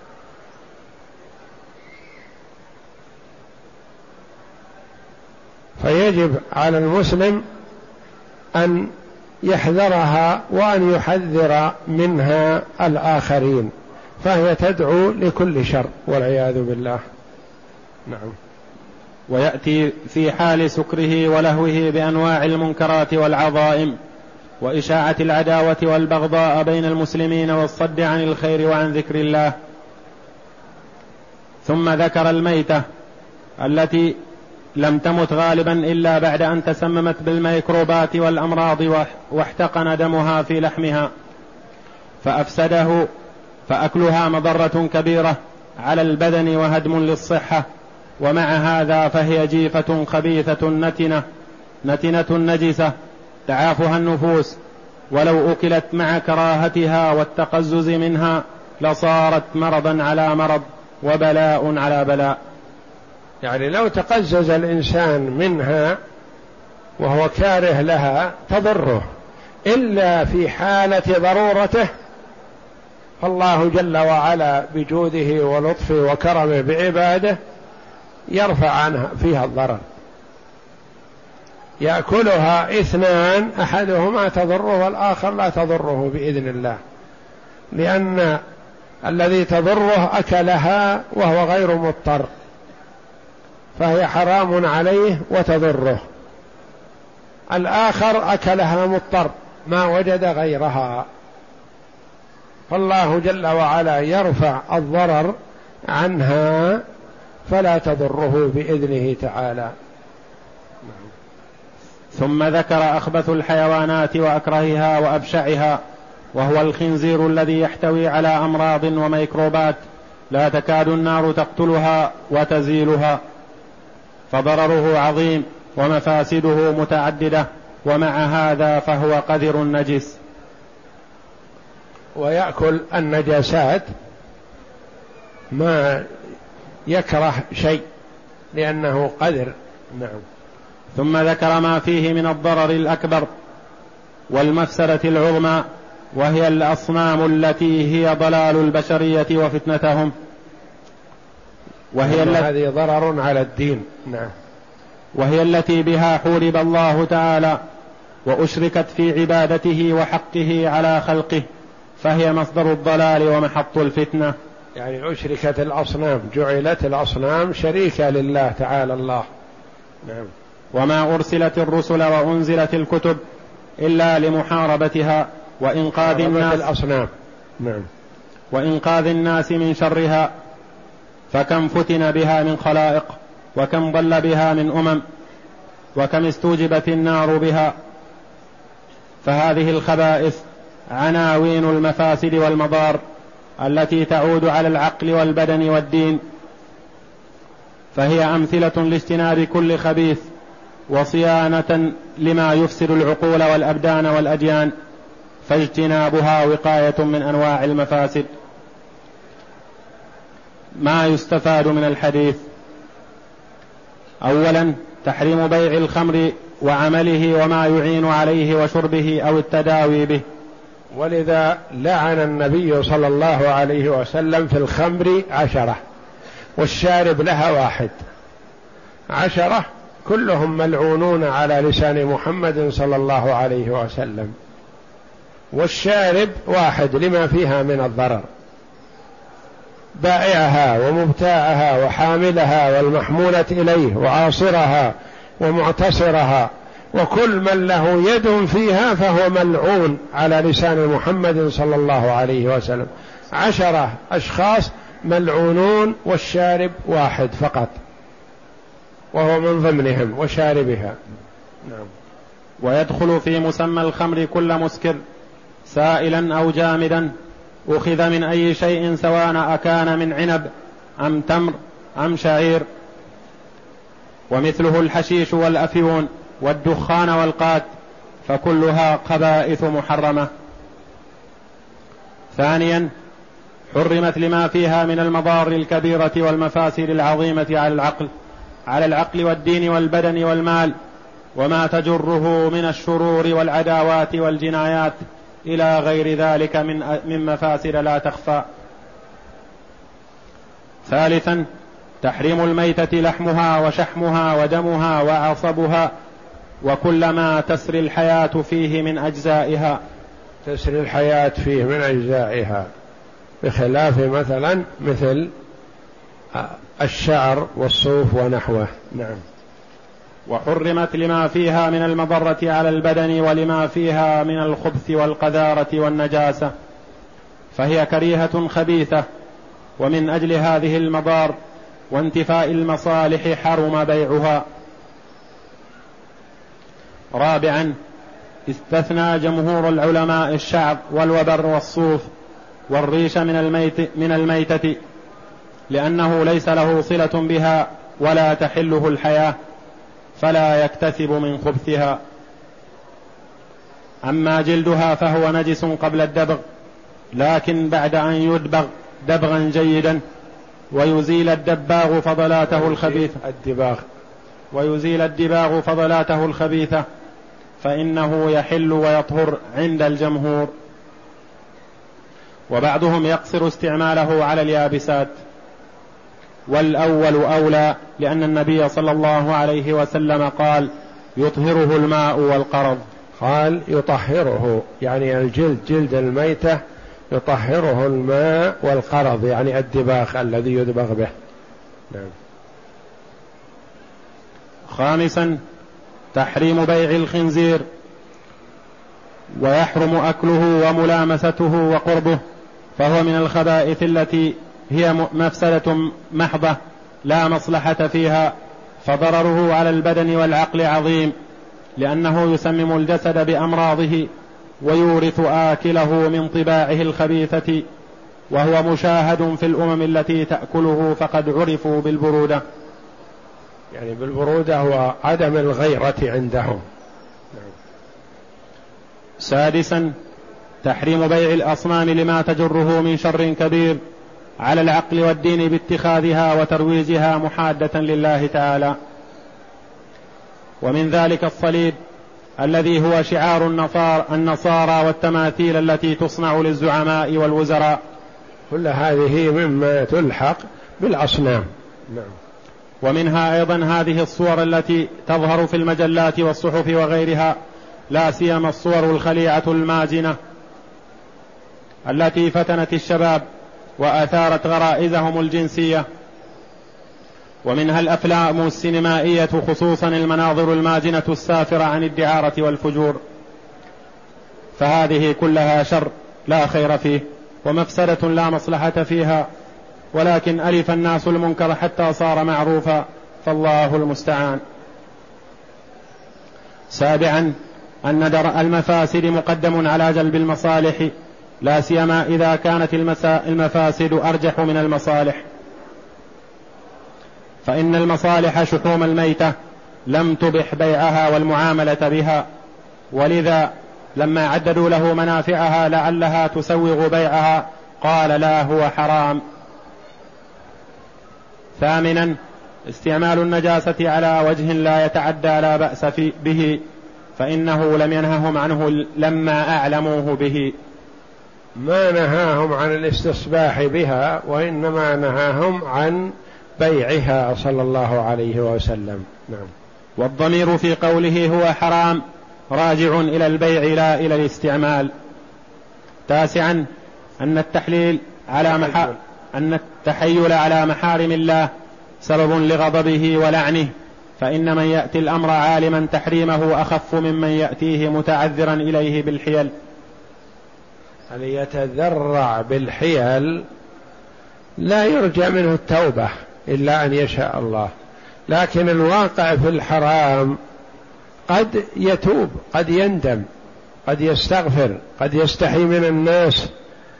S1: فيجب على المسلم أن يحذرها وأن يحذر منها الآخرين، فهي تدعو لكل شر والعياذ بالله. نعم.
S2: ويأتي في حال سكره ولهوه بأنواع المنكرات والعظائم وإشاعة العداوة والبغضاء بين المسلمين والصد عن الخير وعن ذكر الله. ثم ذكر الميتة التي لم تمت غالبا إلا بعد أن تسممت بالميكروبات والأمراض واحتقن دمها في لحمها فأفسده، فأكلها مضرة كبيرة على البدن وهدم للصحة، ومع هذا فهي جيفة خبيثة نتنة نجسة تعافها النفوس، ولو أكلت مع كراهتها والتقزز منها لصارت مرضا على مرض وبلاء على بلاء.
S1: يعني لو تقزز الإنسان منها وهو كاره لها تضره، إلا في حالة ضرورته، فالله جل وعلا بجوده ولطفه وكرمه بعباده يرفع عنها فيها الضرر. يأكلها اثنان أحدهما تضره والآخر لا تضره بإذن الله، لأن الذي تضره أكلها وهو غير مضطر، فهي حرام عليه وتضره. الآخر أكلها مضطر ما وجد غيرها، فالله جل وعلا يرفع الضرر عنها فلا تضره بإذنه تعالى.
S2: ثم ذكر أخبث الحيوانات وأكرهها وأبشعها، وهو الخنزير الذي يحتوي على أمراض وميكروبات لا تكاد النار تقتلها وتزيلها، فضرره عظيم ومفاسده متعددة، ومع هذا فهو قذر نجس.
S1: ويأكل النجاسات ما يكره شيء لأنه قذر. نعم.
S2: ثم ذكر ما فيه من الضرر الأكبر والمفسدة العظمى، وهي الأصنام التي هي ضلال البشرية وفتنتهم،
S1: هذه ضرر على الدين. نعم.
S2: وهي التي بها حورب الله تعالى وأشركت في عبادته وحقه على خلقه، فهي مصدر الضلال ومحط الفتنة.
S1: يعني أشركت الأصنام، جعلت الأصنام شريكة لله تعالى الله. نعم.
S2: وما أرسلت الرسل وأنزلت الكتب إلا لمحاربتها وإنقاذ الناس
S1: الأصنام. نعم.
S2: وإنقاذ الناس من شرها، فكم فتن بها من خلائق، وكم ضل بها من وكم استوجبت النار بها. فهذه الخبائث عناوين المفاسد والمضار التي تعود على العقل والبدن والدين، فهي أمثلة لاجتناب كل خبيث وصيانة لما يفسد العقول والأبدان والأديان، فاجتنابها وقاية من أنواع المفاسد. ما يستفاد من الحديث: أولا تحريم بيع الخمر وعمله وما يعين عليه وشربه أو التداوي به،
S1: ولذا لعن النبي صلى الله عليه وسلم في الخمر 10 والشارب لها 1، 10 كلهم ملعونون على لسان محمد صلى الله عليه وسلم، والشارب 1 لما فيها من الضرر، بائعها ومبتاعها وحاملها والمحمولة إليه وعاصرها ومعتصرها وكل من له يد فيها فهو ملعون على لسان محمد صلى الله عليه وسلم. 10 أشخاص ملعونون، والشارب 1 فقط وهو من ضمنهم وشاربها. نعم.
S2: ويدخل في مسمى الخمر كل مسكر سائلا أو جامدا أخذ من أي شيء سواء أكان من عنب أم تمر أم شعير، ومثله الحشيش والأفيون والدخان والقات، فكلها خبائث محرمة. ثانيا حرمت لما فيها من المضار الكبيرة والمفاسد العظيمة على العقل والدين والبدن والمال، وما تجره من الشرور والعداوات والجنايات إلى غير ذلك من مفاسد لا تخفى. ثالثا تحريم الميتة لحمها وشحمها ودمها وعصبها وكل ما تسري الحياة فيه من أجزائها.
S1: تسري الحياة فيه من أجزائها، بخلاف مثل الشعر والصوف ونحوه. نعم.
S2: وحرمت لما فيها من المضرة على البدن ولما فيها من الخبث والقذارة والنجاسة، فهي كريهة خبيثة، ومن أجل هذه المضار وانتفاء المصالح حرم بيعها. رابعا استثنى جمهور العلماء الشعر والوبر والصوف والريش من الميتة لأنه ليس له صلة بها ولا تحله الحياة، فلا يكتسب من خبثها. أما جلدها فهو نجس قبل الدبغ، لكن بعد أن يدبغ دبغا جيدا ويزيل الدباغ فضلاته الخبيثة فإنه يحل ويطهر عند الجمهور، وبعضهم يقصر استعماله على اليابسات، والأول أولى، لأن النبي صلى الله عليه وسلم قال يطهره الماء والقرض.
S1: قال يطهره يعني الجلد، جلد الميتة يطهره الماء والقرض يعني الدباغ الذي يدبغ به. نعم.
S2: خامسا تحريم بيع الخنزير، ويحرم أكله وملامسته وقربه، فهو من الخبائث التي هي مفسدة محضة لا مصلحة فيها، فضرره على البدن والعقل عظيم، لأنه يسمم الجسد بأمراضه ويورث آكله من طباعه الخبيثة، وهو مشاهد في الأمم التي تأكله، فقد عرفوا بالبرودة،
S1: يعني بالبرودة وعدم الغيرة عندهم.
S2: سادسا تحريم بيع الأصنام لما تجره من شر كبير على العقل والدين باتخاذها وترويجها محادة لله تعالى، ومن ذلك الصليب الذي هو شعار النصارى والتماثيل التي تصنع للزعماء والوزراء.
S1: كل هذه مما تلحق بالأصنام. نعم.
S2: ومنها أيضا هذه الصور التي تظهر في المجلات والصحف وغيرها، لا سيما الصور الخليعة الماجنة التي فتنت الشباب وأثارت غرائزهم الجنسية. ومنها الأفلام السينمائية، خصوصا المناظر الماجنة السافرة عن الدعارة والفجور. فهذه كلها شر لا خير فيه ومفسدة لا مصلحة فيها، ولكن ألف الناس المنكر حتى صار معروفا، فالله المستعان. سابعا أن درء المفاسد مقدم على جلب المصالح، لا سيما إذا كانت المفاسد أرجح من المصالح، فإن المصالح شحوم الميتة لم تبح بيعها والمعاملة بها، ولذا لما عددوا له منافعها لعلها تسوغ بيعها قال لا هو حرام. ثامنا استعمال النجاسة على وجه لا يتعدى لا بأس به، فإنه لم ينههم عنه لما أعلموه به.
S1: ما نهاهم عن الاستصباح بها، وإنما نهاهم عن بيعها صلى الله عليه وسلم. نعم.
S2: والضمير في قوله هو حرام راجع إلى البيع لا إلى الاستعمال. تاسعا أن التحيل على محارم الله سبب لغضبه ولعنه، فإن من يأتي الأمر عالما تحريمه أخف ممن يأتيه متعذرا إليه بالحيل.
S1: هل يتذرع بالحيل لا يرجى منه التوبة إلا أن يشاء الله، لكن الواقع في الحرام قد يتوب، قد يندم، قد يستغفر، قد يستحي من الناس.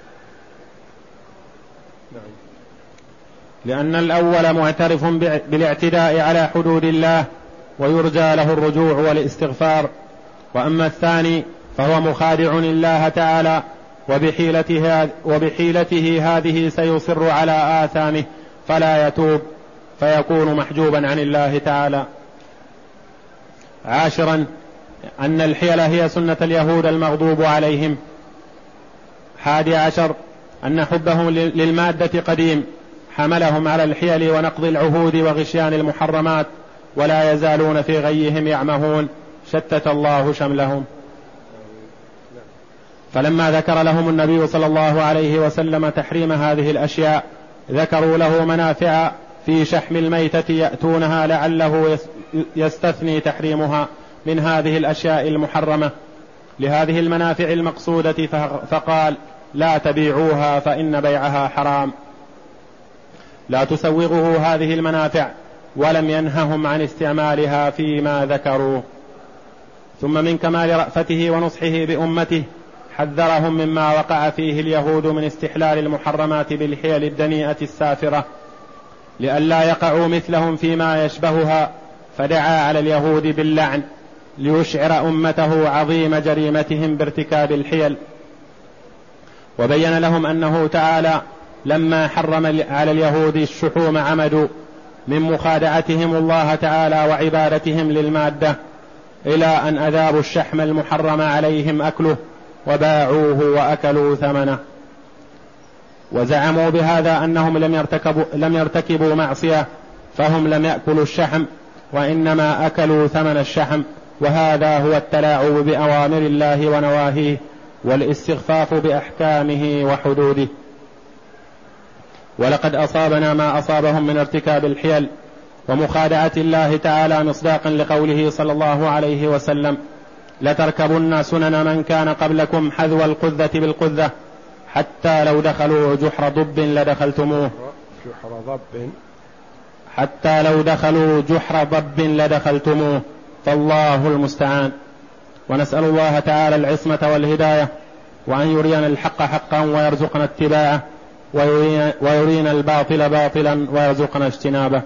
S2: لأن الأول معترف بالاعتداء على حدود الله ويرجى له الرجوع والاستغفار، وأما الثاني فهو مخادع الله تعالى وبحيلته هذه سيصر على آثامه فلا يتوب فيكون محجوبا عن الله تعالى. عاشرا أن الحيل هي سنة اليهود المغضوب عليهم. 11 أن حبهم للمادة قديم حملهم على الحيل ونقض العهود وغشيان المحرمات، ولا يزالون في غيهم يعمهون، شتت الله شملهم. فلما ذكر لهم النبي صلى الله عليه وسلم تحريم هذه الأشياء ذكروا له منافع في شحم الميتة يأتونها لعله يستثني تحريمها من هذه الأشياء المحرمة لهذه المنافع المقصودة، فقال لا تبيعوها فإن بيعها حرام، لا تسوغه هذه المنافع، ولم ينههم عن استعمالها فيما ذكروا. ثم من كمال رأفته ونصحه بأمته حذرهم مما وقع فيه اليهود من استحلال المحرمات بالحيل الدنيئة السافرة لئلا يقعوا مثلهم فيما يشبهها، فدعا على اليهود باللعن ليشعر أمته عظيم جريمتهم بارتكاب الحيل، وبين لهم أنه تعالى لما حرم على اليهود الشحوم عمدوا من مخادعتهم الله تعالى وعبادتهم للمادة إلى أن أذابوا الشحم المحرم عليهم أكله وباعوه وأكلوا ثمنه، وزعموا بهذا أنهم لم يرتكبوا معصية، فهم لم يأكلوا الشحم وإنما أكلوا ثمن الشحم، وهذا هو التلاعب بأوامر الله ونواهيه والاستخفاف بأحكامه وحدوده. ولقد أصابنا ما أصابهم من ارتكاب الحيل ومخادعة الله تعالى مصداقا لقوله صلى الله عليه وسلم لتركبن سنن من كان قبلكم حذو القذة بالقذة حتى لو دخلوا جحر ضب لدخلتموه فالله المستعان. ونسأل الله تعالى العصمة والهداية، وأن يرينا الحق حقا ويرزقنا اتباعه، ويرينا الباطل باطلا ويرزقنا اجتنابه.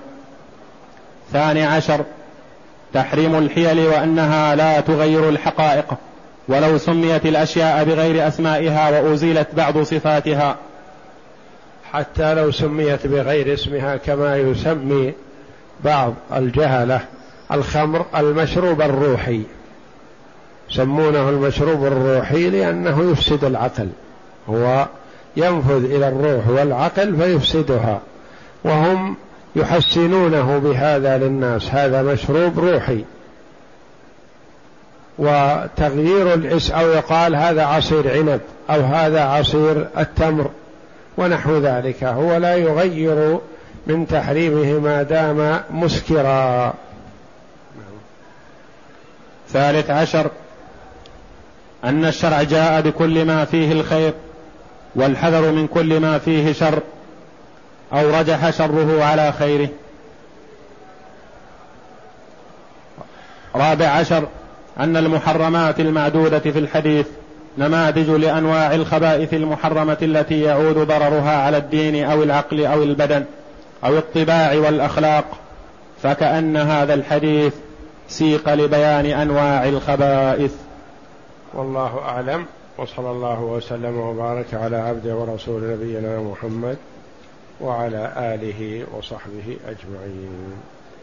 S2: 12 تحريم الحيل وأنها لا تغير الحقائق ولو سميت الأشياء بغير أسمائها وأزيلت بعض صفاتها،
S1: حتى لو سميت بغير اسمها، كما يسمي بعض الجهلة الخمر المشروب الروحي، يسمونه المشروب الروحي لأنه يفسد العقل، هو ينفذ إلى الروح والعقل فيفسدها، وهم يحسنونه بهذا للناس، هذا مشروب روحي. وتغيير الاسم أو يقال هذا عصير عنب أو هذا عصير التمر ونحو ذلك، هو لا يغير من تحريمه ما دام مسكرا.
S2: 13 أن الشرع جاء بكل ما فيه الخير والحذر من كل ما فيه شر أو رجح شره على خيره. 14 أن المحرمات المعدودة في الحديث نماذج لأنواع الخبائث المحرمة التي يعود ضررها على الدين أو العقل أو البدن أو الطباع والأخلاق، فكأن هذا الحديث سيق لبيان أنواع الخبائث.
S1: والله أعلم، وصلى الله وسلم وبارك على عبده ورسول نبينا محمد وعلى آله وصحبه أجمعين.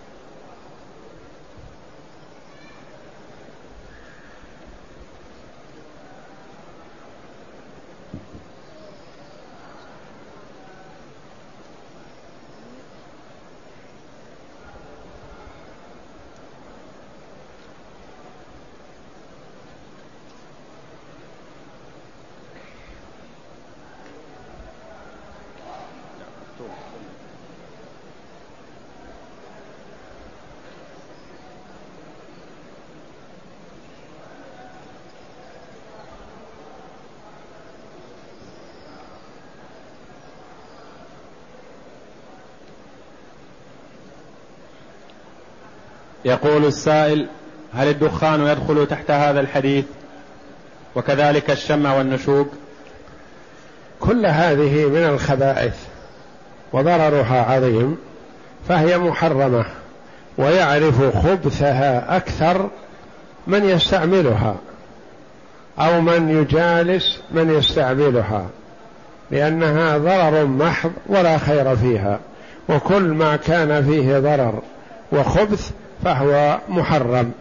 S2: يقول السائل: هل الدخان يدخل تحت هذا الحديث وكذلك الشم والنشوق؟
S1: كل هذه من الخبائث وضررها عظيم، فهي محرمة، ويعرف خبثها أكثر من يستعملها أو من يجالس من يستعملها، لأنها ضرر محض ولا خير فيها، وكل ما كان فيه ضرر وخبث فهو محرم.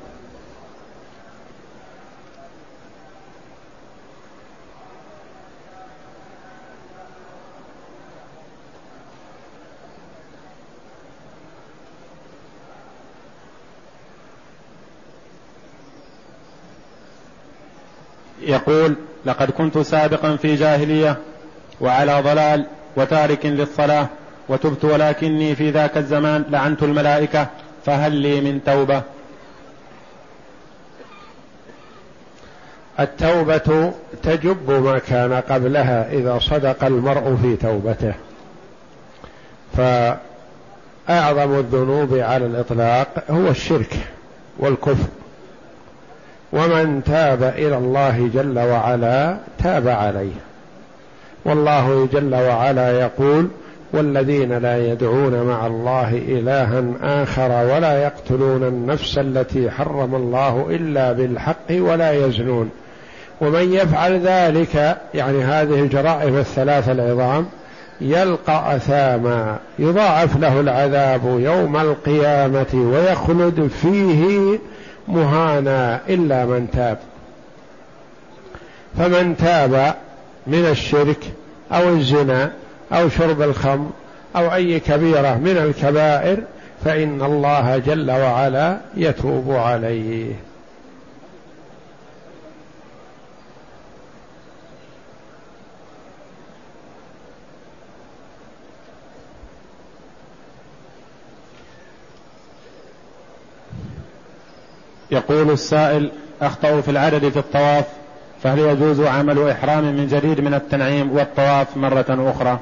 S2: يقول: لقد كنت سابقا في جاهلية وعلى ضلال وتارك للصلاة وتبت، ولكني في ذاك الزمان لعنت الملائكة، فهل لي من توبة؟
S1: التوبة تجب ما كان قبلها إذا صدق المرء في توبته، فأعظم الذنوب على الإطلاق هو الشرك والكفر، ومن تاب إلى الله جل وعلا تاب عليه. والله جل وعلا يقول: والذين لا يدعون مع الله إلها آخر ولا يقتلون النفس التي حرم الله إلا بالحق ولا يزنون ومن يفعل ذلك، يعني هذه الجرائم الثلاث العظام، يلقى أثاما يضاعف له العذاب يوم القيامة ويخلد فيه مهانا إلا من تاب. فمن تاب من الشرك أو الزنا أو شرب الخمر أو أي كبيرة من الكبائر فإن الله جل وعلا يتوب عليه.
S2: يقول السائل: أخطأ في العدد في الطواف، فهل يجوز عمل إحرام من جديد من التنعيم والطواف مرة أخرى؟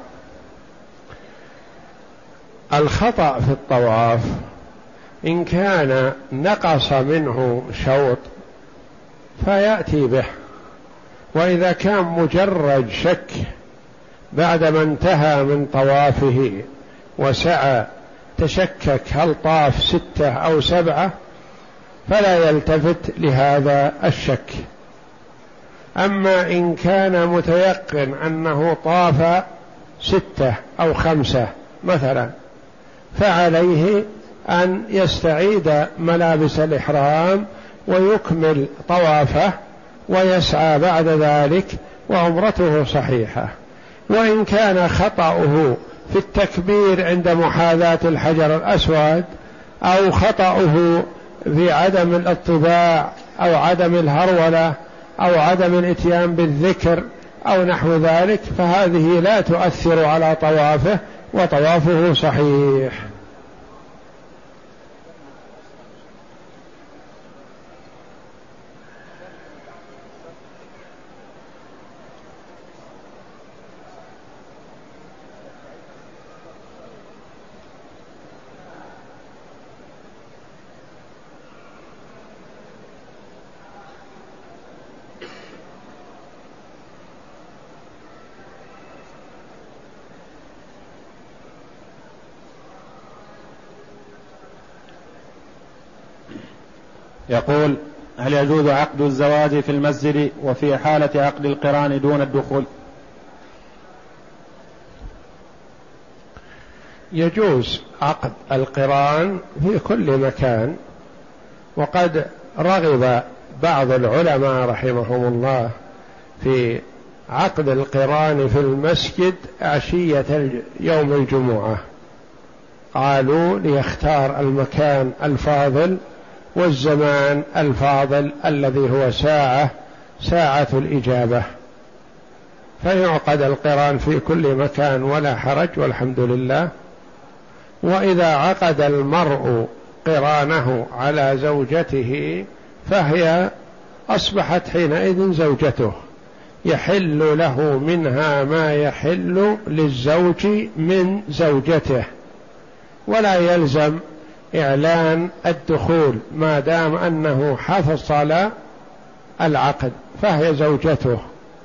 S1: الخطأ في الطواف إن كان نقص منه شوط فيأتي به، وإذا كان مجرد شك بعدما انتهى من طوافه وسعى تشكك هل طاف 6 أو 7 فلا يلتفت لهذا الشك. أما إن كان متيقن أنه طاف 6 أو 5 مثلا، فعليه أن يستعيد ملابس الإحرام ويكمل طوافه ويسعى بعد ذلك وعمرته صحيحة. وإن كان خطأه في التكبير عند محاذاة الحجر الأسود أو خطأه في عدم الاطباع أو عدم الهرولة أو عدم الاتيان بالذكر أو نحو ذلك، فهذه لا تؤثر على طوافه وطوافه صحيح.
S2: يقول: هل يجوز عقد الزواج في المسجد وفي حالة عقد القران دون الدخول؟
S1: يجوز عقد القران في كل مكان، وقد رغب بعض العلماء رحمهم الله في عقد القران في المسجد عشية يوم الجمعة، قالوا ليختار المكان الفاضل والزمان الفاضل الذي هو ساعة الإجابة، فيعقد القران في كل مكان ولا حرج والحمد لله. وإذا عقد المرء قرانه على زوجته فهي أصبحت حينئذ زوجته، يحل له منها ما يحل للزوج من زوجته، ولا يلزم إعلان الدخول ما دام أنه حصل العقد، فهي زوجته.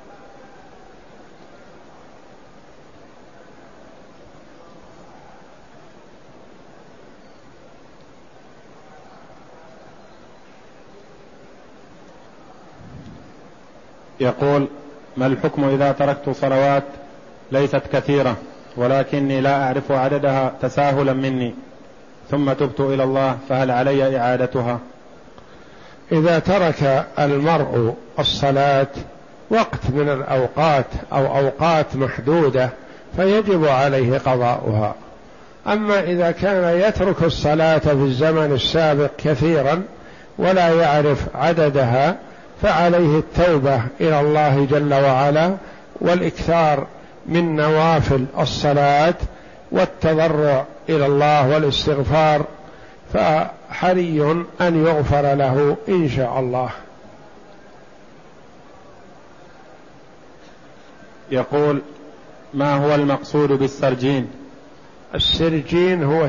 S2: يقول: ما الحكم إذا تركت صلوات ليست كثيرة ولكني لا أعرف عددها تساهلا مني ثم تبت إلى الله، فهل علي إعادتها؟
S1: إذا ترك المرء الصلاة وقت من الأوقات أو أوقات محدودة فيجب عليه قضاؤها. أما إذا كان يترك الصلاة في الزمن السابق كثيرا ولا يعرف عددها فعليه التوبة إلى الله جل وعلا والإكثار من نوافل الصلاة والتضرع إلى الله والاستغفار، فحري أن يغفر له إن شاء الله.
S2: يقول: ما هو المقصود بالسرجين؟
S1: السرجين هو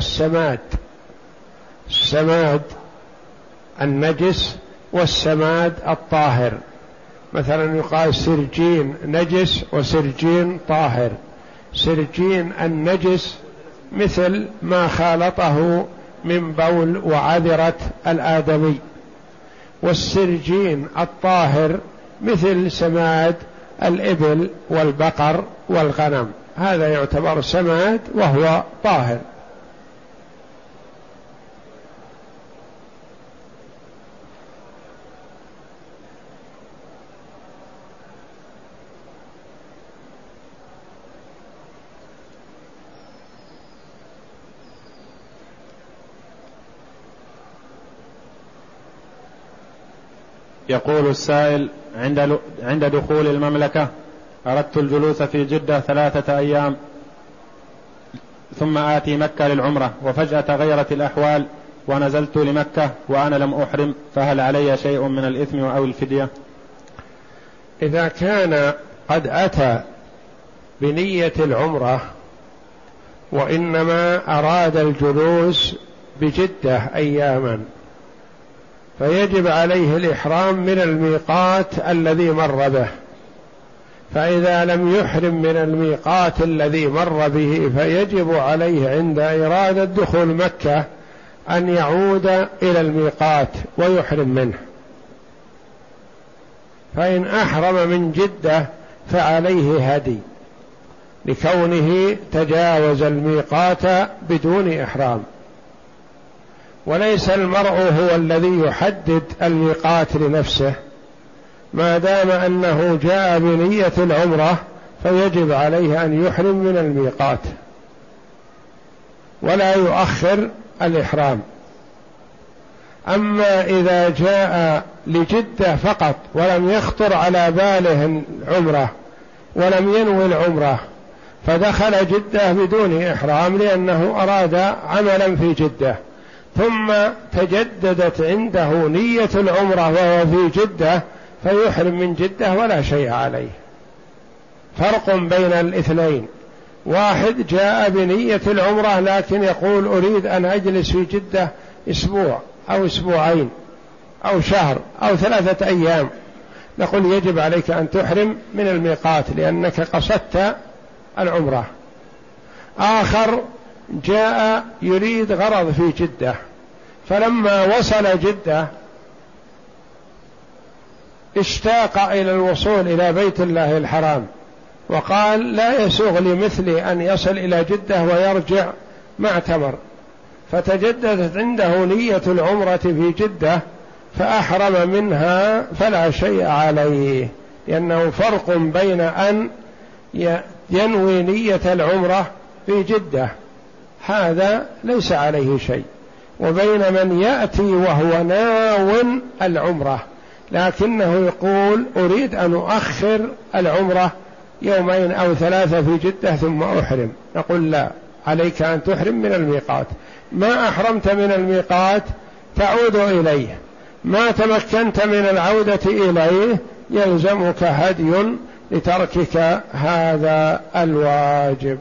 S1: السماد النجس والسماد الطاهر، مثلا يقال سرجين نجس وسرجين طاهر. سرجين النجس مثل ما خالطه من بول وعذرة الآدمي، والسرجين الطاهر مثل سماد الإبل والبقر والغنم، هذا يعتبر سماد وهو طاهر.
S2: يقول السائل: عند دخول المملكة أردت الجلوس في جدة 3 أيام ثم آتي مكة للعمرة، وفجأة تغيرت الأحوال ونزلت لمكة وأنا لم أحرم، فهل علي شيء من الإثم أو الفدية؟
S1: إذا كان قد أتى بنية العمرة وإنما أراد الجلوس بجدة أياما فيجب عليه الإحرام من الميقات الذي مر به، فإذا لم يحرم من الميقات الذي مر به فيجب عليه عند إرادة دخول مكة أن يعود إلى الميقات ويحرم منه. فإن أحرم من جدة فعليه هدي لكونه تجاوز الميقات بدون إحرام، وليس المرء هو الذي يحدد الميقات لنفسه، ما دام أنه جاء بنية العمرة فيجب عليه أن يحرم من الميقات ولا يؤخر الإحرام. أما إذا جاء لجدة فقط ولم يخطر على باله العمرة ولم ينوي العمرة فدخل جدة بدون إحرام لأنه أراد عملا في جدة، ثم تجددت عنده نية العمرة وهو في جدة فيحرم من جدة ولا شيء عليه. فرق بين الاثنين، واحد جاء بنية العمرة لكن يقول أريد أن أجلس في جدة أسبوع أو أسبوعين أو شهر أو 3 أيام، نقول يجب عليك أن تحرم من الميقات لأنك قصدت العمرة. آخر جاء يريد غرض في جدة، فلما وصل جدة اشتاق إلى الوصول إلى بيت الله الحرام وقال لا يسوغ لمثلي أن يصل إلى جدة ويرجع ما اعتمر، فتجددت عنده نية العمرة في جدة فأحرم منها فلا شيء عليه، لأنه فرق بين أن ينوي نية العمرة في جدة هذا ليس عليه شيء، وبين من يأتي وهو ناو العمرة لكنه يقول أريد أن أؤخر العمرة 2 أو 3 في جدة ثم أحرم، نقول لا، عليك أن تحرم من الميقات. ما أحرمت من الميقات تعود إليه، ما تمكنت من العودة إليه يلزمك هدي لتركك هذا الواجب.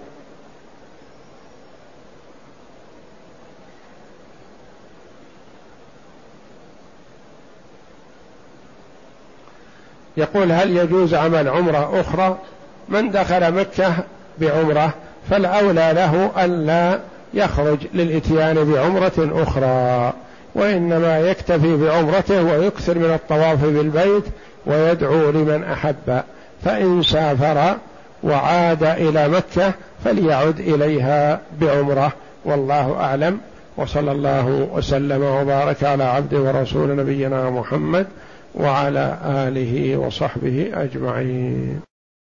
S1: يقول هل يجوز عمل عمرة أخرى؟ من دخل مكة بعمرة فالأولى له ألا يخرج للإتيان بعمرة أخرى، وإنما يكتفي بعمرته ويكثر من الطواف بالبيت ويدعو لمن أحب، فإن سافر وعاد إلى مكة فليعد إليها بعمرة، والله أعلم. وصلى الله وسلم وبارك على عبده ورسول نبينا محمد وعلى آله وصحبه أجمعين.